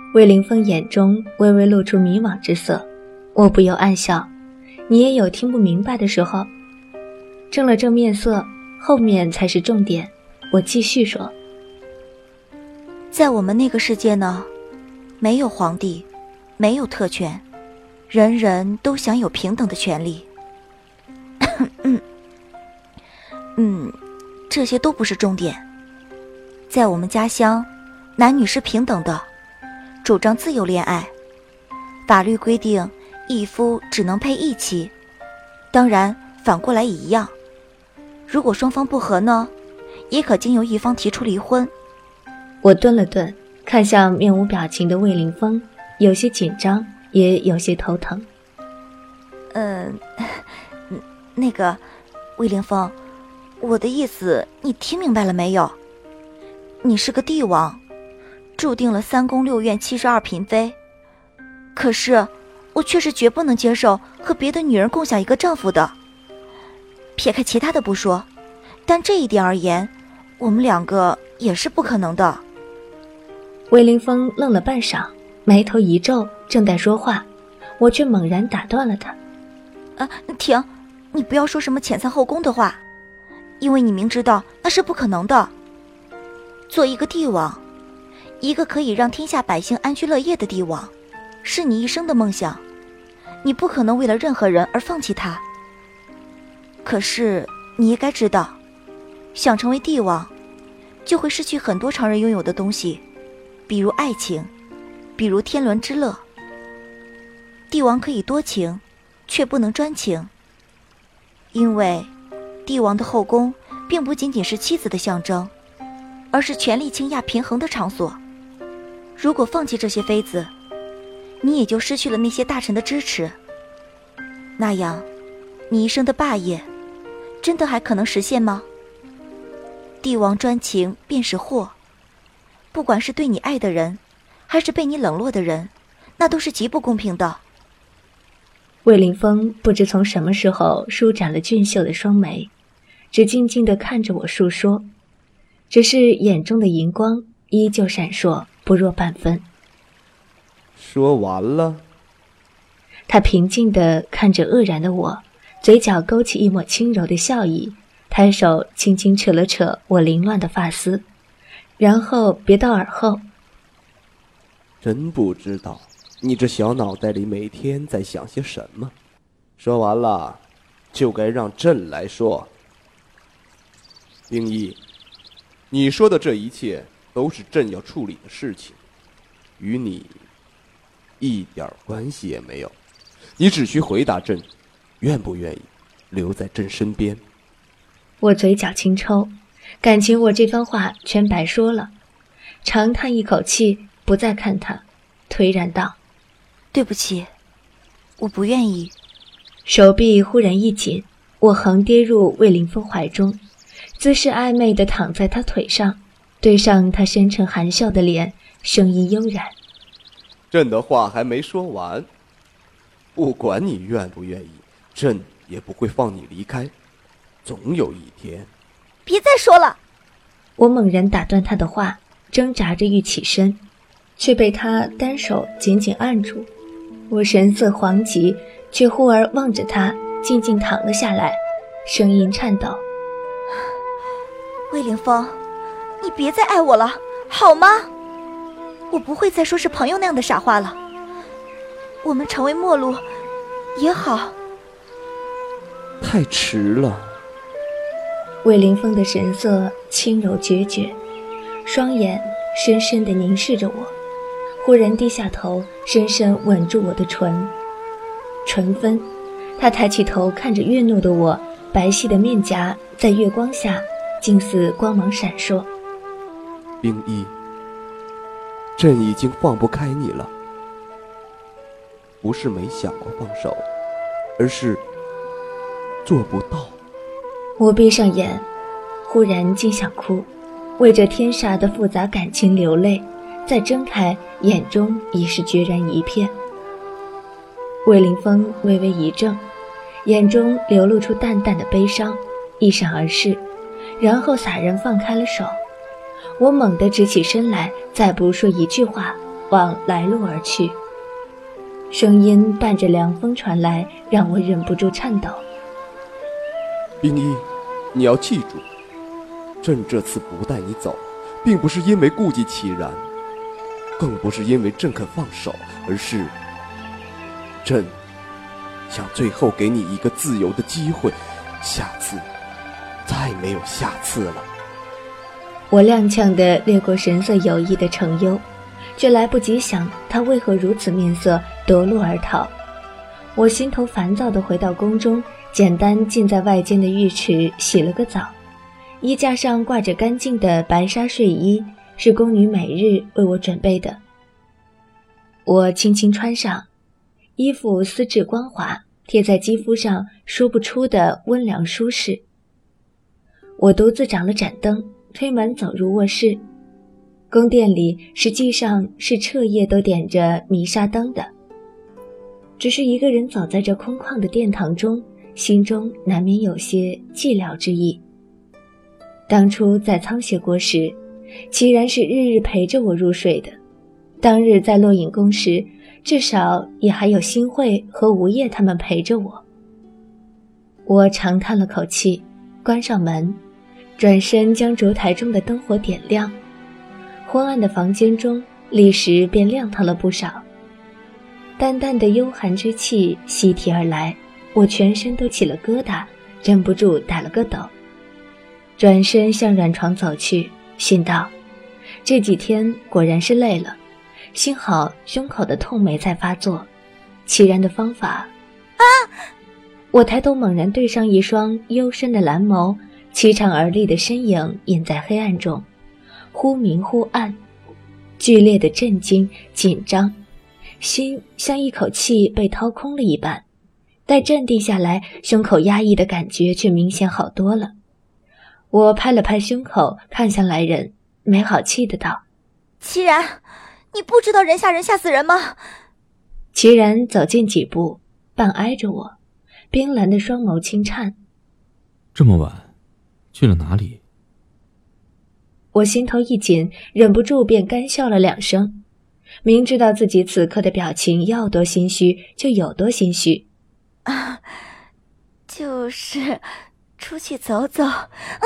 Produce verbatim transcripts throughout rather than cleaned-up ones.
魏凌风眼中微微露出迷惘之色，我不由暗笑，你也有听不明白的时候。正了正面色，后面才是重点。我继续说， 在我们那个世界呢，没有皇帝，没有特权，人人都享有平等的权利。嗯嗯，这些都不是重点。在我们家乡，男女是平等的，主张自由恋爱，法律规定一夫只能配一妻，当然反过来也一样。如果双方不和呢，也可经由一方提出离婚。 我顿了顿，看向面无表情的魏凌风，有些紧张，也有些头疼。 嗯、呃，那个魏凌风，我的意思你听明白了没有？你是个帝王，注定了三宫六院七十二嫔妃，可是我却是绝不能接受和别的女人共享一个丈夫的。撇开其他的不说，但这一点而言，我们两个也是不可能的。 魏凌风愣了半晌，眉头一皱，正在说话，我却猛然打断了他。 啊，停，你不要说什么遣散后宫的话，因为你明知道那是不可能的。做一个帝王，一个可以让天下百姓安居乐业的帝王，是你一生的梦想，你不可能为了任何人而放弃它。可是你也该知道，想成为帝王，就会失去很多常人拥有的东西，比如爱情，比如天伦之乐。帝王可以多情，却不能专情，因为帝王的后宫并不仅仅是妻子的象征，而是权力倾轧平衡的场所。如果放弃这些妃子，你也就失去了那些大臣的支持，那样你一生的霸业真的还可能实现吗？帝王专情便是祸，不管是对你爱的人，还是被你冷落的人，那都是极不公平的。 魏凌风不知从什么时候舒展了俊秀的双眉，只静静地看着我述说，只是眼中的银光依旧闪烁，不弱半分。 说完了？ 他平静地看着愕然的我，嘴角勾起一抹轻柔的笑意，抬手轻轻扯了扯我凌乱的发丝，然后别到耳后。 真不知道你这小脑袋里每天在想些什么。说完了，就该让朕来说。冰衣，你说的这一切都是朕要处理的事情，与你一点关系也没有。你只需回答朕，愿不愿意留在朕身边。 我嘴角轻抽，感情我这番话全白说了，长叹一口气，不再看他，颓然道： 对不起，我不愿意。 手臂忽然一紧，我横跌入魏凌风怀中，姿势暧昧地躺在他腿上，对上他深沉含笑的脸，声音悠然： 朕的话还没说完，不管你愿不愿意，朕也不会放你离开。总有一天…… 别再说了！ 我猛然打断他的话，挣扎着欲起身，却被他单手紧紧按住。我神色惶急，却忽而望着他，静静躺了下来，声音颤抖： 魏凌风，你别再爱我了，好吗？我不会再说是朋友那样的傻话了，我们成为陌路也好。 太迟了。 魏凌风的神色轻柔决绝，双眼深深地凝视着我，忽然低下头，深深吻住我的唇。唇分，他抬起头看着悦怒的我，白皙的面颊在月光下竟似光芒闪烁。 冰衣，朕已经放不开你了。不是没想过放手，而是做不到。 我闭上眼，忽然竟想哭，为这天煞的复杂感情流泪，再睁开，眼中已是决然一片。魏凌风微微一怔，眼中流露出淡淡的悲伤，一闪而逝，然后洒然放开了手。我猛地直起身来，再不说一句话， 往来路而去。声音伴着凉风传来，让我忍不住颤抖。 冰衣，你要记住，朕这次不带你走，并不是因为顾忌祁然，更不是因为朕肯放手，而是朕想最后给你一个自由的机会，下次再没有下次了。 我踉跄地掠过神色有意的程优，却来不及想他为何如此面色，夺路而逃。我心头烦躁地回到宫中，简单浸在外间的浴池洗了个澡，衣架上挂着干净的白纱睡衣，是宫女每日为我准备的。我轻轻穿上，衣服丝质光滑，贴在肌肤上说不出的温凉舒适。我独自掌了盏灯，推门走入卧室。宫殿里实际上是彻夜都点着弥纱灯的，只是一个人走在这空旷的殿堂中，心中难免有些寂寥之意。当初在苍协国时，祁然是日日陪着我入睡的，当日在落影宫时，至少也还有新慧和吴叶他们陪着我。我长叹了口气，关上门，转身将烛台中的灯火点亮。昏暗的房间中立时便亮堂了不少，淡淡的幽寒之气袭体而来，我全身都起了疙瘩，忍不住打了个抖，转身向软床走去，心道这几天果然是累了，幸好胸口的痛没再发作。祁然的方法啊！我抬头猛然对上一双幽深的蓝眸，颀长而立的身影隐在黑暗中，忽明忽暗，剧烈的震惊紧张，心像一口气被掏空了一般。待镇定下来，胸口压抑的感觉却明显好多了。我拍了拍胸口，看向来人，没好气的道： 祁然，你不知道人吓人吓死人吗？ 祁然走近几步，半挨着我，冰蓝的双眸轻颤。 这么晚去了哪里？ 我心头一紧，忍不住便干笑了两声，明知道自己此刻的表情要多心虚就有多心虚。 啊，就是出去走走啊！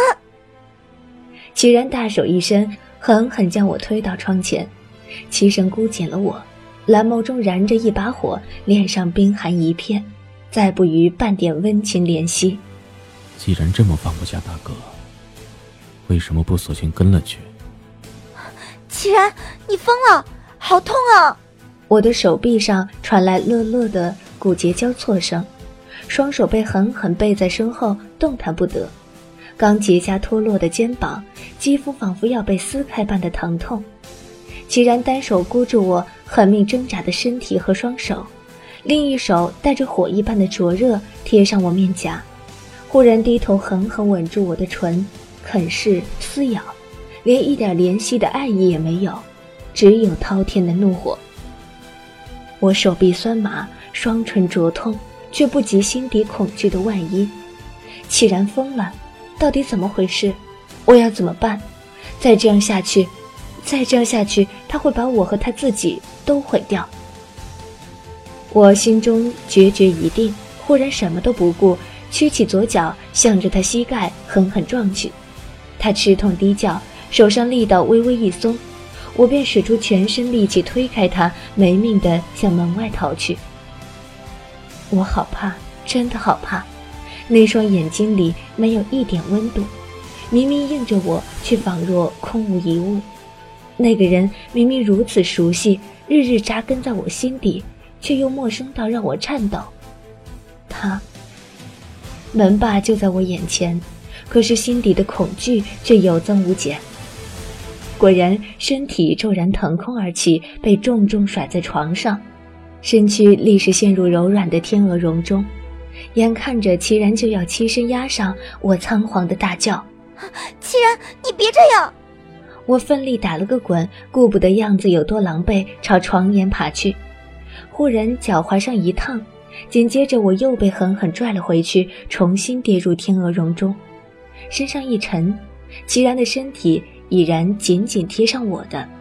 祁然大手一伸，狠狠将我推到窗前，齐声箍紧了我，蓝眸中燃着一把火，脸上冰寒一片，再不余半点温情怜惜。 既然这么放不下大哥，为什么不索性跟了去？ 祁然，你疯了，好痛啊！ 我的手臂上传来乐乐的骨节交错声，双手被狠狠背在身后，动弹不得。刚结痂脱落的肩膀，肌肤仿佛要被撕开般的疼痛。祁然单手箍住我狠命挣扎的身体和双手，另一手带着火一般的灼热贴上我面颊，忽然低头狠狠吻住我的唇，啃噬撕咬，连一点怜惜的爱意也没有，只有滔天的怒火。我手臂酸麻，双唇灼痛，却不及心底恐惧的万一。祁然疯了，到底怎么回事？我要怎么办？再这样下去，再这样下去，他会把我和他自己都毁掉。我心中决绝一定，忽然什么都不顾，屈起左脚，向着他膝盖狠狠撞去。他吃痛低叫，手上力道微微一松，我便使出全身力气推开他，没命地向门外逃去。我好怕，真的好怕，那双眼睛里没有一点温度，明明映着我，却仿若空无一物。那个人明明如此熟悉，日日扎根在我心底，却又陌生到让我颤抖。他，门把就在我眼前，可是心底的恐惧却有增无减。果然，身体骤然腾空而起，被重重甩在床上，身躯立时陷入柔软的天鹅绒中。眼看着祁然就要栖身压上，我仓皇的大叫： 祁然，你别这样！ 我奋力打了个滚，顾不得样子有多狼狈，朝床沿爬去。忽然脚踝上一烫，紧接着我又被狠狠拽了回去，重新跌入天鹅绒中。身上一沉，祁然的身体已然紧紧贴上我的，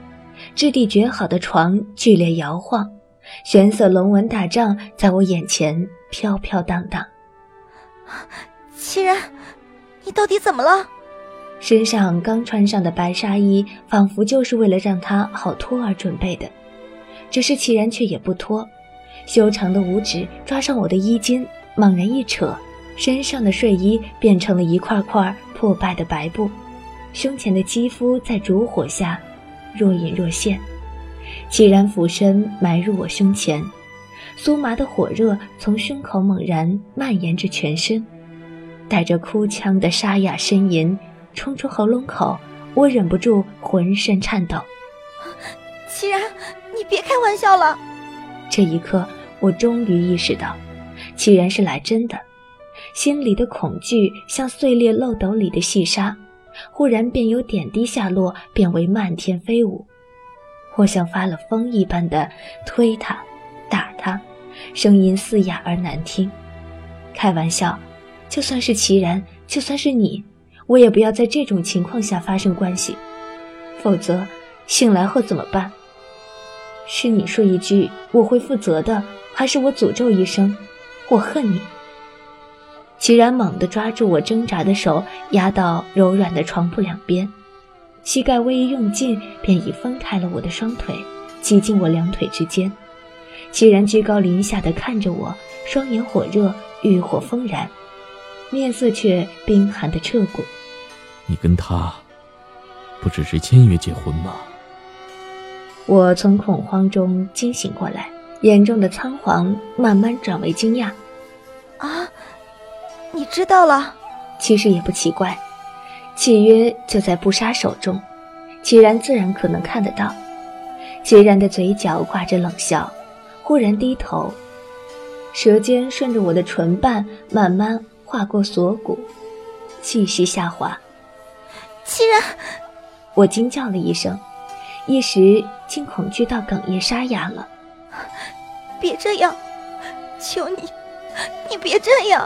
质地绝好的床剧烈摇晃，玄色龙纹大帐在我眼前飘飘荡荡。 齐然，你到底怎么了？ 身上刚穿上的白纱衣仿佛就是为了让他好脱而准备的，只是齐然却也不脱，修长的五指抓上我的衣襟，猛然一扯，身上的睡衣变成了一块块破败的白布，胸前的肌肤在烛火下若隐若现。齐然俯身埋入我胸前，酥麻的火热从胸口猛然蔓延至全身，带着哭腔的沙哑呻吟冲出喉咙口，我忍不住浑身颤抖。 齐然，你别开玩笑了。 这一刻我终于意识到，齐然是来真的，心里的恐惧像碎裂漏斗里的细沙，忽然便由点滴下落变为漫天飞舞。我像发了疯一般的推他打他，声音嘶哑而难听。开玩笑，就算是齐然，就算是你，我也不要在这种情况下发生关系，否则醒来后怎么办？是你说一句我会负责的，还是我诅咒一声我恨你？齐然猛地抓住我挣扎的手，压到柔软的床铺两边，膝盖微一用劲，便已分开了我的双腿，挤进我两腿之间。齐然居高临下地看着我，双眼火热，欲火疯然，面色却冰寒的彻骨。 你跟他不只是签约结婚吗？ 我从恐慌中惊醒过来，眼中的仓皇慢慢转为惊讶。 啊，你知道了？ 其实也不奇怪，契约就在不杀手中，齐然自然可能看得到。齐然的嘴角挂着冷笑，忽然低头，舌尖顺着我的唇瓣慢慢划过锁骨，继续下滑。 齐然， 我惊叫了一声，一时竟恐惧到哽咽沙哑了。 别这样，求你，你别这样。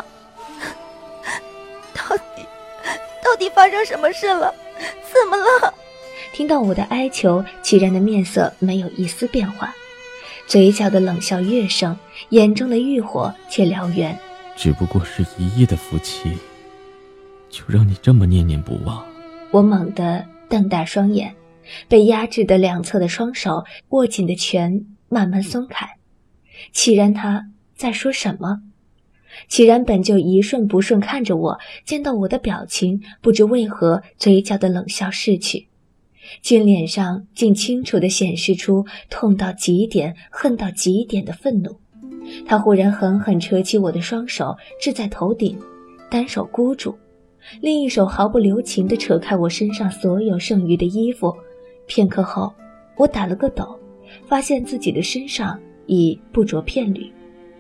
到底到底发生什么事了？怎么了？ 听到我的哀求，齐然的面色没有一丝变化，嘴角的冷笑越盛，眼中的欲火却燎原。 只不过是一夜的夫妻，就让你这么念念不忘？ 我猛地瞪大双眼，被压制的两侧的双手握紧的拳慢慢松开。齐然他在说什么？齐然本就一瞬不顺看着我，见到我的表情，不知为何嘴角的冷笑逝去，俊脸上竟清楚地显示出痛到极点、恨到极点的愤怒。他忽然狠狠扯起我的双手，置在头顶，单手箍住，另一手毫不留情地扯开我身上所有剩余的衣服。片刻后，我打了个抖，发现自己的身上已不着片缕。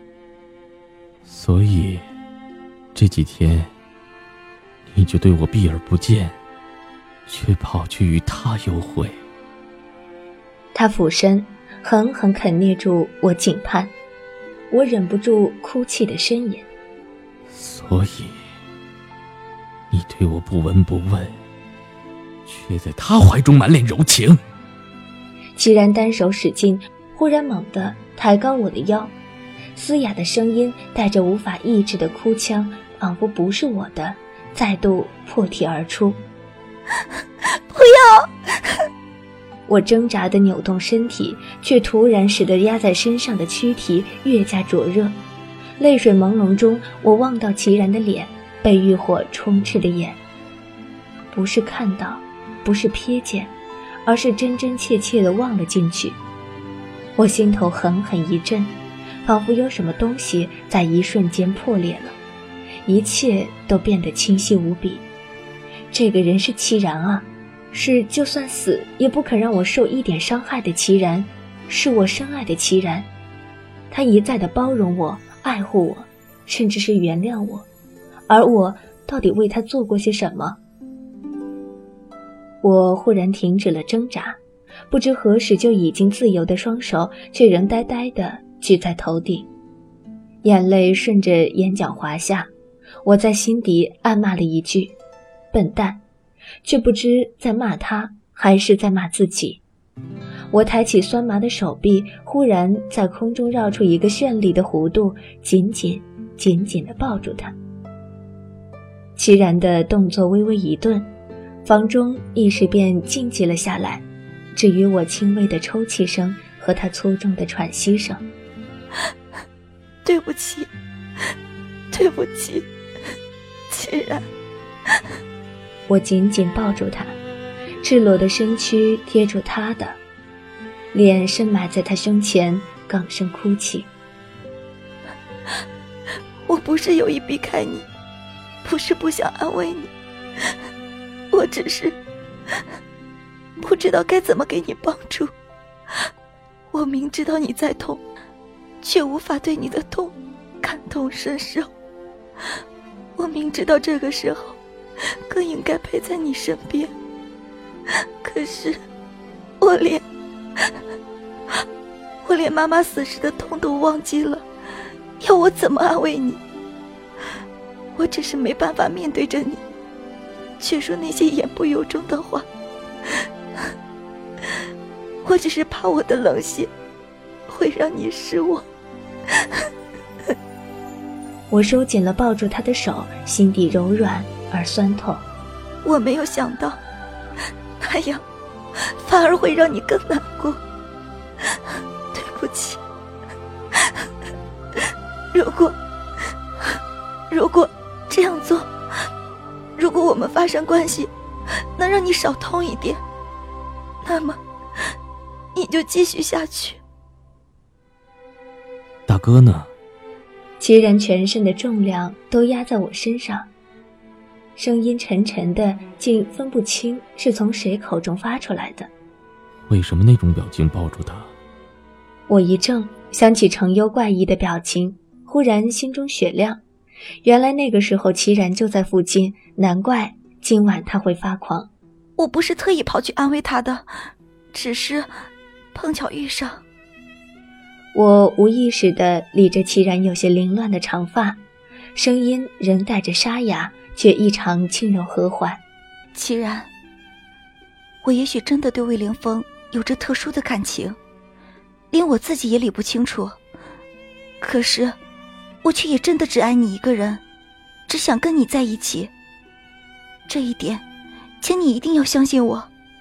所以这几天你就对我避而不见，却跑去与他幽会。 他俯身狠狠啃捏住我颈畔，我忍不住哭泣的呻吟。 所以你对我不闻不问，却在他怀中满脸柔情。 齐然单手使劲，忽然猛地抬高我的腰，嘶哑的声音带着无法抑制的哭腔，仿佛不是我的，再度破体而出。 不要！ 我挣扎地扭动身体，却突然使得压在身上的躯体越加灼热。泪水朦胧中，我望到齐然的脸，被欲火充斥的眼，不是看到，不是瞥见，而是真真切切地望了进去。我心头狠狠一震，仿佛有什么东西在一瞬间破裂了，一切都变得清晰无比。这个人是齐然啊，是就算死也不肯让我受一点伤害的齐然，是我深爱的齐然。他一再的包容我，爱护我，甚至是原谅我，而我到底为他做过些什么？我忽然停止了挣扎，不知何时就已经自由的双手却仍呆呆地举在头顶，眼泪顺着眼角滑下。我在心底暗骂了一句笨蛋，却不知在骂他还是在骂自己。 我抬起酸麻的手臂，忽然在空中绕出一个绚丽的弧度，紧紧紧紧地抱住他。齐然的动作微微一顿，房中一时便静寂了下来，至于我轻微的抽泣声和他粗重的喘息声。 对不起，对不起，齐然。 我紧紧抱住他，赤裸的身躯贴住他的，脸深埋在他胸前，哽声哭泣。 我不是有意避开你，不是不想安慰你，我只是不知道该怎么给你帮助。我明知道你在痛，却无法对你的痛感同身受。我明知道这个时候更应该陪在你身边，可是我连我连妈妈死时的痛都忘记了，要我怎么安慰你？我只是没办法面对着你，却说那些言不由衷的话。我只是怕我的冷血会让你失望。 我收紧了抱住他的手，心底柔软而酸痛。 我没有想到，那样反而会让你更难过。对不起。如果如果这样做，如果我们发生关系能让你少痛一点，那么你就继续下去。 大哥呢？ 齐然全身的重量都压在我身上，声音沉沉的，竟分不清是从谁口中发出来的。 为什么那种表情抱住他？ 我一怔，想起程优怪异的表情，忽然心中雪亮。原来那个时候齐然就在附近，难怪今晚他会发狂。 我不是特意跑去安慰他的，只是碰巧遇上。 我无意识地理着齐然有些凌乱的长发，声音仍带着沙哑，却异常轻柔和缓。 齐然，我也许真的对魏凌风有着特殊的感情，连我自己也理不清楚，可是我却也真的只爱你一个人，只想跟你在一起。这一点请你一定要相信我。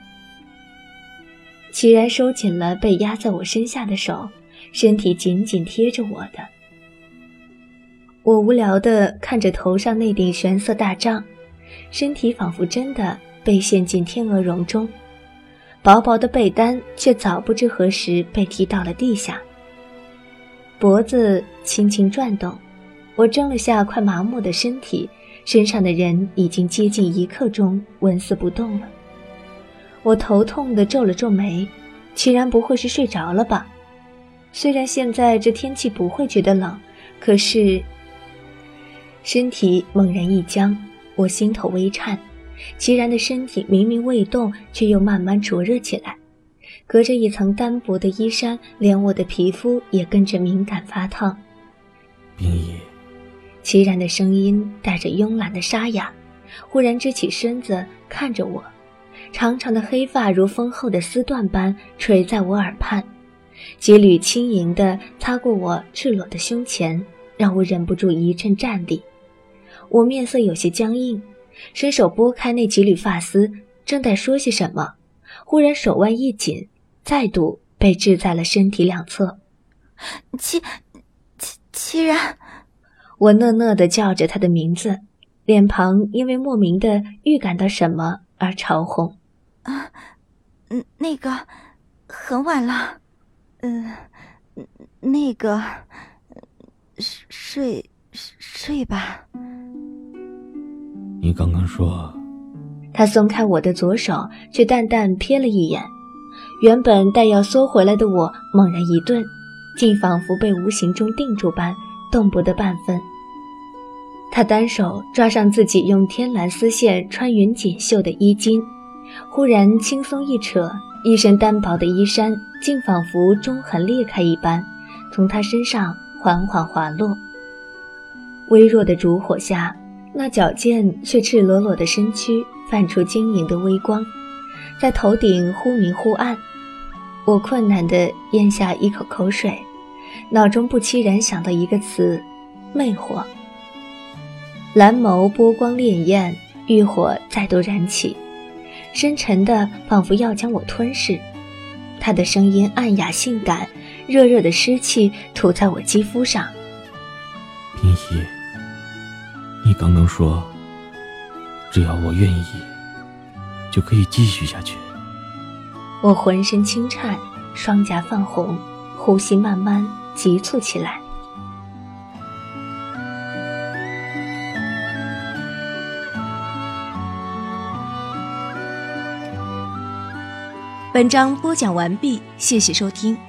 齐然收紧了被压在我身下的手，身体紧紧贴着我的。我无聊地看着头上那顶玄色大帐，身体仿佛真的被陷进天鹅绒中，薄薄的被单却早不知何时被踢到了地下。脖子轻轻转动，我怔了下快麻木的身体，身上的人已经接近一刻钟纹丝不动了。我头痛地皱了皱眉，齐然不会是睡着了吧？虽然现在这天气不会觉得冷，可是身体猛然一僵，我心头微颤。齐然的身体明明未动，却又慢慢灼热起来，隔着一层单薄的衣衫，连我的皮肤也跟着敏感发烫。 冰衣， 齐然的声音带着慵懒的沙哑，忽然支起身子看着我，长长的黑发如丰厚的丝缎般垂在我耳畔，几缕轻盈地擦过我赤裸的胸前，让我忍不住一阵战栗。我面色有些僵硬，伸手拨开那几缕发丝，正待说些什么，忽然手腕一紧，再度被制在了身体两侧。 齐齐齐然， 我讷讷地叫着他的名字，脸庞因为莫名的预感到什么而潮红。 啊，嗯，那个很晚了，嗯、呃，那个睡睡吧。 你刚刚说…… 他松开我的左手，却淡淡瞥了一眼，原本待要缩回来的我猛然一顿，竟仿佛被无形中定住般，动不得半分。他单手抓上自己用天蓝丝线穿匀锦绣的衣襟，忽然轻松一扯，一身单薄的衣衫竟仿佛中痕裂开一般，从他身上缓缓滑落。微弱的烛火下，那矫健却赤裸裸的身躯泛出晶莹的微光，在头顶忽明忽暗。 我困难地咽下一口口水，脑中不期然想到一个词：魅惑。蓝眸波光潋滟，欲火再度燃起，深沉的仿佛要将我吞噬。他的声音暗哑性感，热热的湿气吐在我肌肤上。 冰溪，你刚刚说只要我愿意就可以继续下去。 我浑身轻颤，双颊泛红，呼吸慢慢急促起来。 本章播讲完毕，谢谢收听。